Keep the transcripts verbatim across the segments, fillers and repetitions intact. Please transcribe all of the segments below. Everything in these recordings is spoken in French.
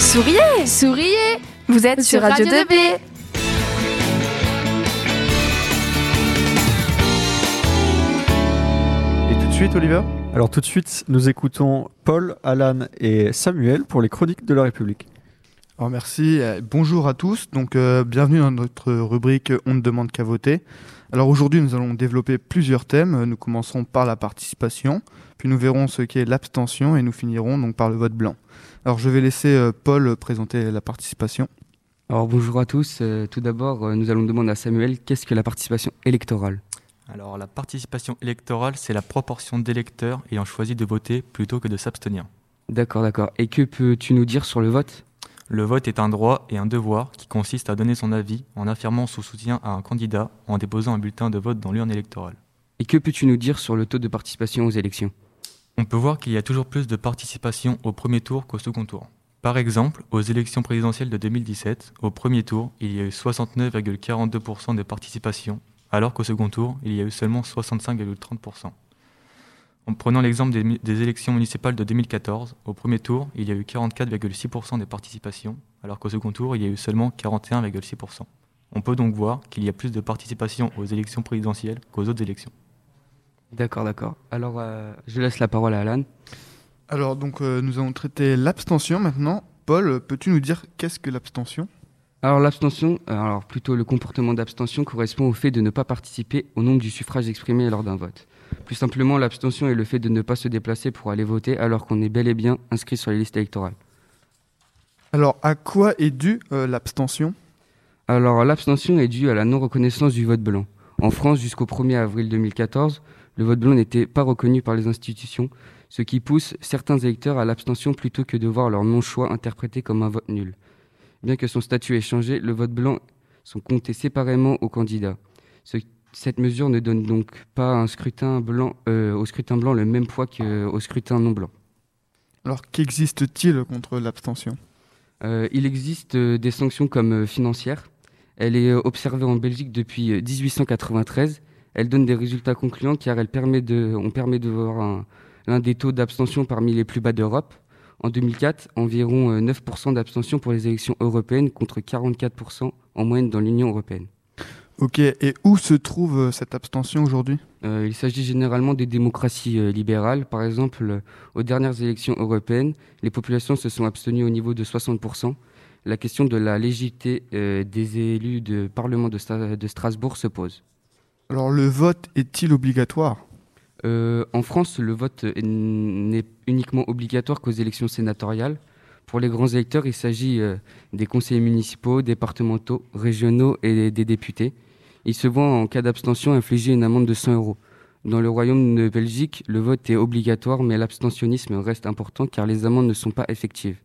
Souriez, souriez. Vous êtes sur Radio deux B. Et tout de suite, Oliver ? Alors tout de suite, nous écoutons Paul, Alan et Samuel pour les chroniques de la République. Alors merci, euh, bonjour à tous, donc euh, bienvenue dans notre rubrique « On ne demande qu'à voter ». Alors aujourd'hui, nous allons développer plusieurs thèmes. Nous commencerons par la participation, puis nous verrons ce qu'est l'abstention et nous finirons donc par le vote blanc. Alors je vais laisser euh, Paul présenter la participation. Alors bonjour à tous, euh, tout d'abord euh, nous allons demander à Samuel qu'est-ce que la participation électorale. Alors la participation électorale, c'est la proportion d'électeurs ayant choisi de voter plutôt que de s'abstenir. D'accord, d'accord. Et que peux-tu nous dire sur le vote ? Le vote est un droit et un devoir qui consiste à donner son avis en affirmant son soutien à un candidat en déposant un bulletin de vote dans l'urne électorale. Et que peux-tu nous dire sur le taux de participation aux élections ? On peut voir qu'il y a toujours plus de participation au premier tour qu'au second tour. Par exemple, aux élections présidentielles de deux mille dix-sept, au premier tour, il y a eu soixante-neuf virgule quarante-deux pour cent de participation, alors qu'au second tour, il y a eu seulement soixante-cinq virgule trente pour cent. En prenant l'exemple des, des élections municipales de deux mille quatorze, au premier tour, il y a eu quarante-quatre virgule six pour cent de participation, alors qu'au second tour, il y a eu seulement quarante et un virgule six pour cent. On peut donc voir qu'il y a plus de participation aux élections présidentielles qu'aux autres élections. D'accord, d'accord. Alors, euh, je laisse la parole à Alan. Alors donc euh, nous allons traiter l'abstention maintenant. Paul, peux-tu nous dire qu'est-ce que l'abstention ? Alors l'abstention, alors plutôt le comportement d'abstention correspond au fait de ne pas participer au nombre du suffrage exprimé lors d'un vote. Plus simplement, l'abstention est le fait de ne pas se déplacer pour aller voter alors qu'on est bel et bien inscrit sur les listes électorales. Alors à quoi est due euh, l'abstention ? Alors l'abstention est due à la non-reconnaissance du vote blanc. En France, jusqu'au premier avril deux mille quatorze, le vote blanc n'était pas reconnu par les institutions, ce qui pousse certains électeurs à l'abstention plutôt que de voir leur non-choix interprété comme un vote nul. Bien que son statut ait changé, le vote blanc sont comptés séparément aux candidats. Ce, cette mesure ne donne donc pas un scrutin blanc, euh, au scrutin blanc le même poids qu'au scrutin non blanc. Alors qu'existe-t-il contre l'abstention ? euh, Il existe euh, des sanctions comme euh, financières. Elle est euh, observée en Belgique depuis euh, dix-huit cent quatre-vingt-treize. Elle donne des résultats concluants car elle permet de, on permet de voir un, l'un des taux d'abstention parmi les plus bas d'Europe. En deux mille quatre, environ neuf pour cent d'abstention pour les élections européennes contre quarante-quatre pour cent en moyenne dans l'Union européenne. Ok, et où se trouve cette abstention aujourd'hui ? euh, Il s'agit généralement des démocraties euh, libérales. Par exemple, euh, aux dernières élections européennes, les populations se sont abstenues au niveau de soixante pour cent. La question de la légitimité euh, des élus du Parlement de, Sta- de Strasbourg se pose. Alors le vote est-il obligatoire ? Euh, en France, le vote n'est uniquement obligatoire qu'aux élections sénatoriales. Pour les grands électeurs, il s'agit euh, des conseillers municipaux, départementaux, régionaux et des députés. Ils se voient en cas d'abstention infliger une amende de cent euros. Dans le royaume de Belgique, le vote est obligatoire, mais l'abstentionnisme reste important car les amendes ne sont pas effectives.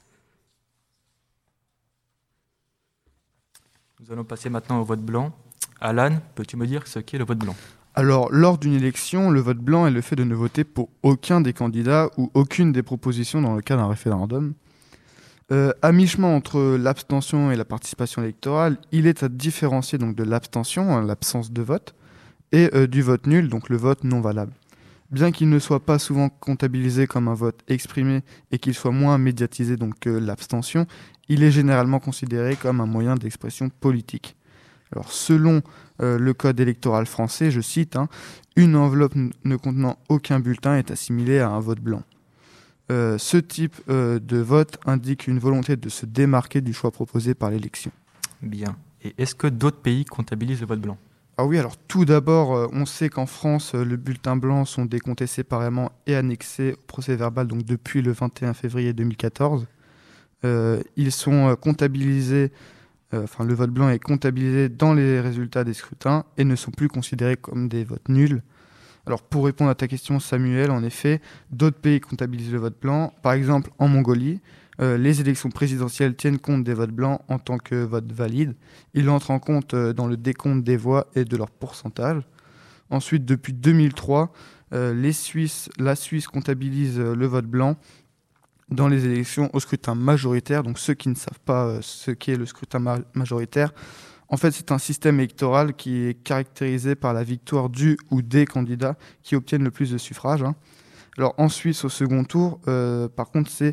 Nous allons passer maintenant au vote blanc. Alan, peux-tu me dire ce qu'est le vote blanc ? Alors, lors d'une élection, le vote blanc est le fait de ne voter pour aucun des candidats ou aucune des propositions dans le cas d'un référendum. Euh, à mi-chemin entre l'abstention et la participation électorale, il est à différencier donc de l'abstention, hein, l'absence de vote, et euh, du vote nul, donc le vote non valable. Bien qu'il ne soit pas souvent comptabilisé comme un vote exprimé et qu'il soit moins médiatisé donc, que l'abstention, il est généralement considéré comme un moyen d'expression politique. Alors, selon euh, le code électoral français, je cite, hein, « Une enveloppe n- ne contenant aucun bulletin est assimilée à un vote blanc ». Euh, ce type euh, de vote indique une volonté de se démarquer du choix proposé par l'élection. Bien. Et est-ce que d'autres pays comptabilisent le vote blanc ? Ah oui, alors tout d'abord, euh, on sait qu'en France, euh, le bulletin blanc sont décomptés séparément et annexés au procès-verbal donc depuis le vingt et un février deux mille quatorze. Euh, ils sont euh, comptabilisés Enfin, le vote blanc est comptabilisé dans les résultats des scrutins et ne sont plus considérés comme des votes nuls. Alors, pour répondre à ta question, Samuel, en effet, d'autres pays comptabilisent le vote blanc. Par exemple, en Mongolie, euh, les élections présidentielles tiennent compte des votes blancs en tant que votes valides. Ils entrent en compte euh, dans le décompte des voix et de leur pourcentage. Ensuite, depuis deux mille trois, euh, les Suisses, la Suisse comptabilise euh, le vote blanc dans les élections au scrutin majoritaire. Donc ceux qui ne savent pas euh, ce qu'est le scrutin ma- majoritaire, en fait c'est un système électoral qui est caractérisé par la victoire du ou des candidats qui obtiennent le plus de suffrages. Hein. Alors en Suisse, au second tour, euh, par contre, c'est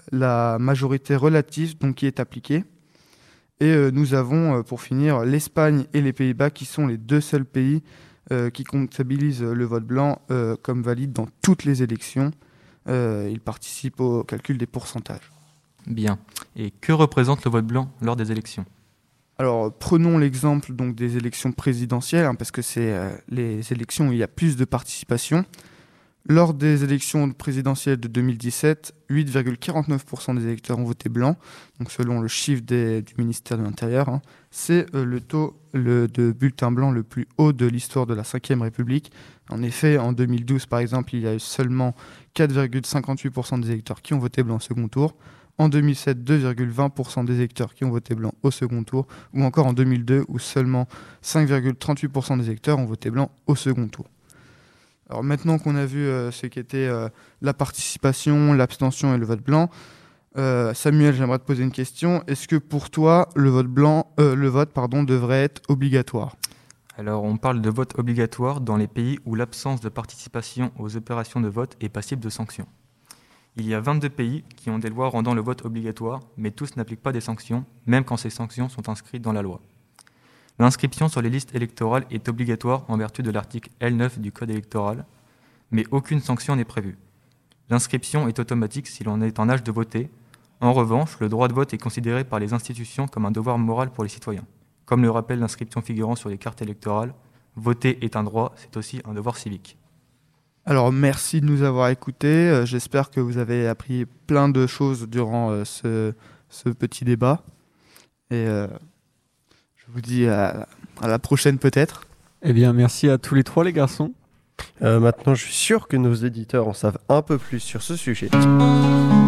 la majorité relative donc, qui est appliquée. Et euh, nous avons, euh, pour finir, l'Espagne et les Pays-Bas qui sont les deux seuls pays euh, qui comptabilisent le vote blanc euh, comme valide dans toutes les élections. Euh, ils participent au calcul des pourcentages. Bien. Et que représente le vote blanc lors des élections ? Alors, prenons l'exemple donc, des élections présidentielles, hein, parce que c'est euh, les élections où il y a plus de participation. Lors des élections présidentielles de deux mille dix-sept, huit virgule quarante-neuf pour cent des électeurs ont voté blanc, donc selon le chiffre des, du ministère de l'Intérieur. Hein. C'est euh, le taux le, de bulletin blanc le plus haut de l'histoire de la cinquième République. En effet, en deux mille douze, par exemple, il y a eu seulement quatre virgule cinquante-huit pour cent des électeurs qui ont voté blanc au second tour. En deux mille sept, deux virgule vingt pour cent des électeurs qui ont voté blanc au second tour. Ou encore en deux mille deux, où seulement cinq virgule trente-huit pour cent des électeurs ont voté blanc au second tour. Alors maintenant qu'on a vu euh, ce qu'était euh, la participation, l'abstention et le vote blanc, euh, Samuel, j'aimerais te poser une question. Est-ce que pour toi, le vote blanc, euh, le vote pardon, devrait être obligatoire ? Alors, on parle de vote obligatoire dans les pays où l'absence de participation aux opérations de vote est passible de sanctions. Il y a vingt-deux pays qui ont des lois rendant le vote obligatoire, mais tous n'appliquent pas des sanctions, même quand ces sanctions sont inscrites dans la loi. L'inscription sur les listes électorales est obligatoire en vertu de l'article L neuf du Code électoral, mais aucune sanction n'est prévue. L'inscription est automatique si l'on est en âge de voter. En revanche, le droit de vote est considéré par les institutions comme un devoir moral pour les citoyens. Comme le rappelle l'inscription figurant sur les cartes électorales, voter est un droit, c'est aussi un devoir civique. Alors merci de nous avoir écoutés. Euh, j'espère que vous avez appris plein de choses durant euh, ce, ce petit débat. Et euh, je vous dis à, à la prochaine peut-être. Eh bien, merci à tous les trois les garçons. Euh, maintenant, je suis sûr que nos éditeurs en savent un peu plus sur ce sujet.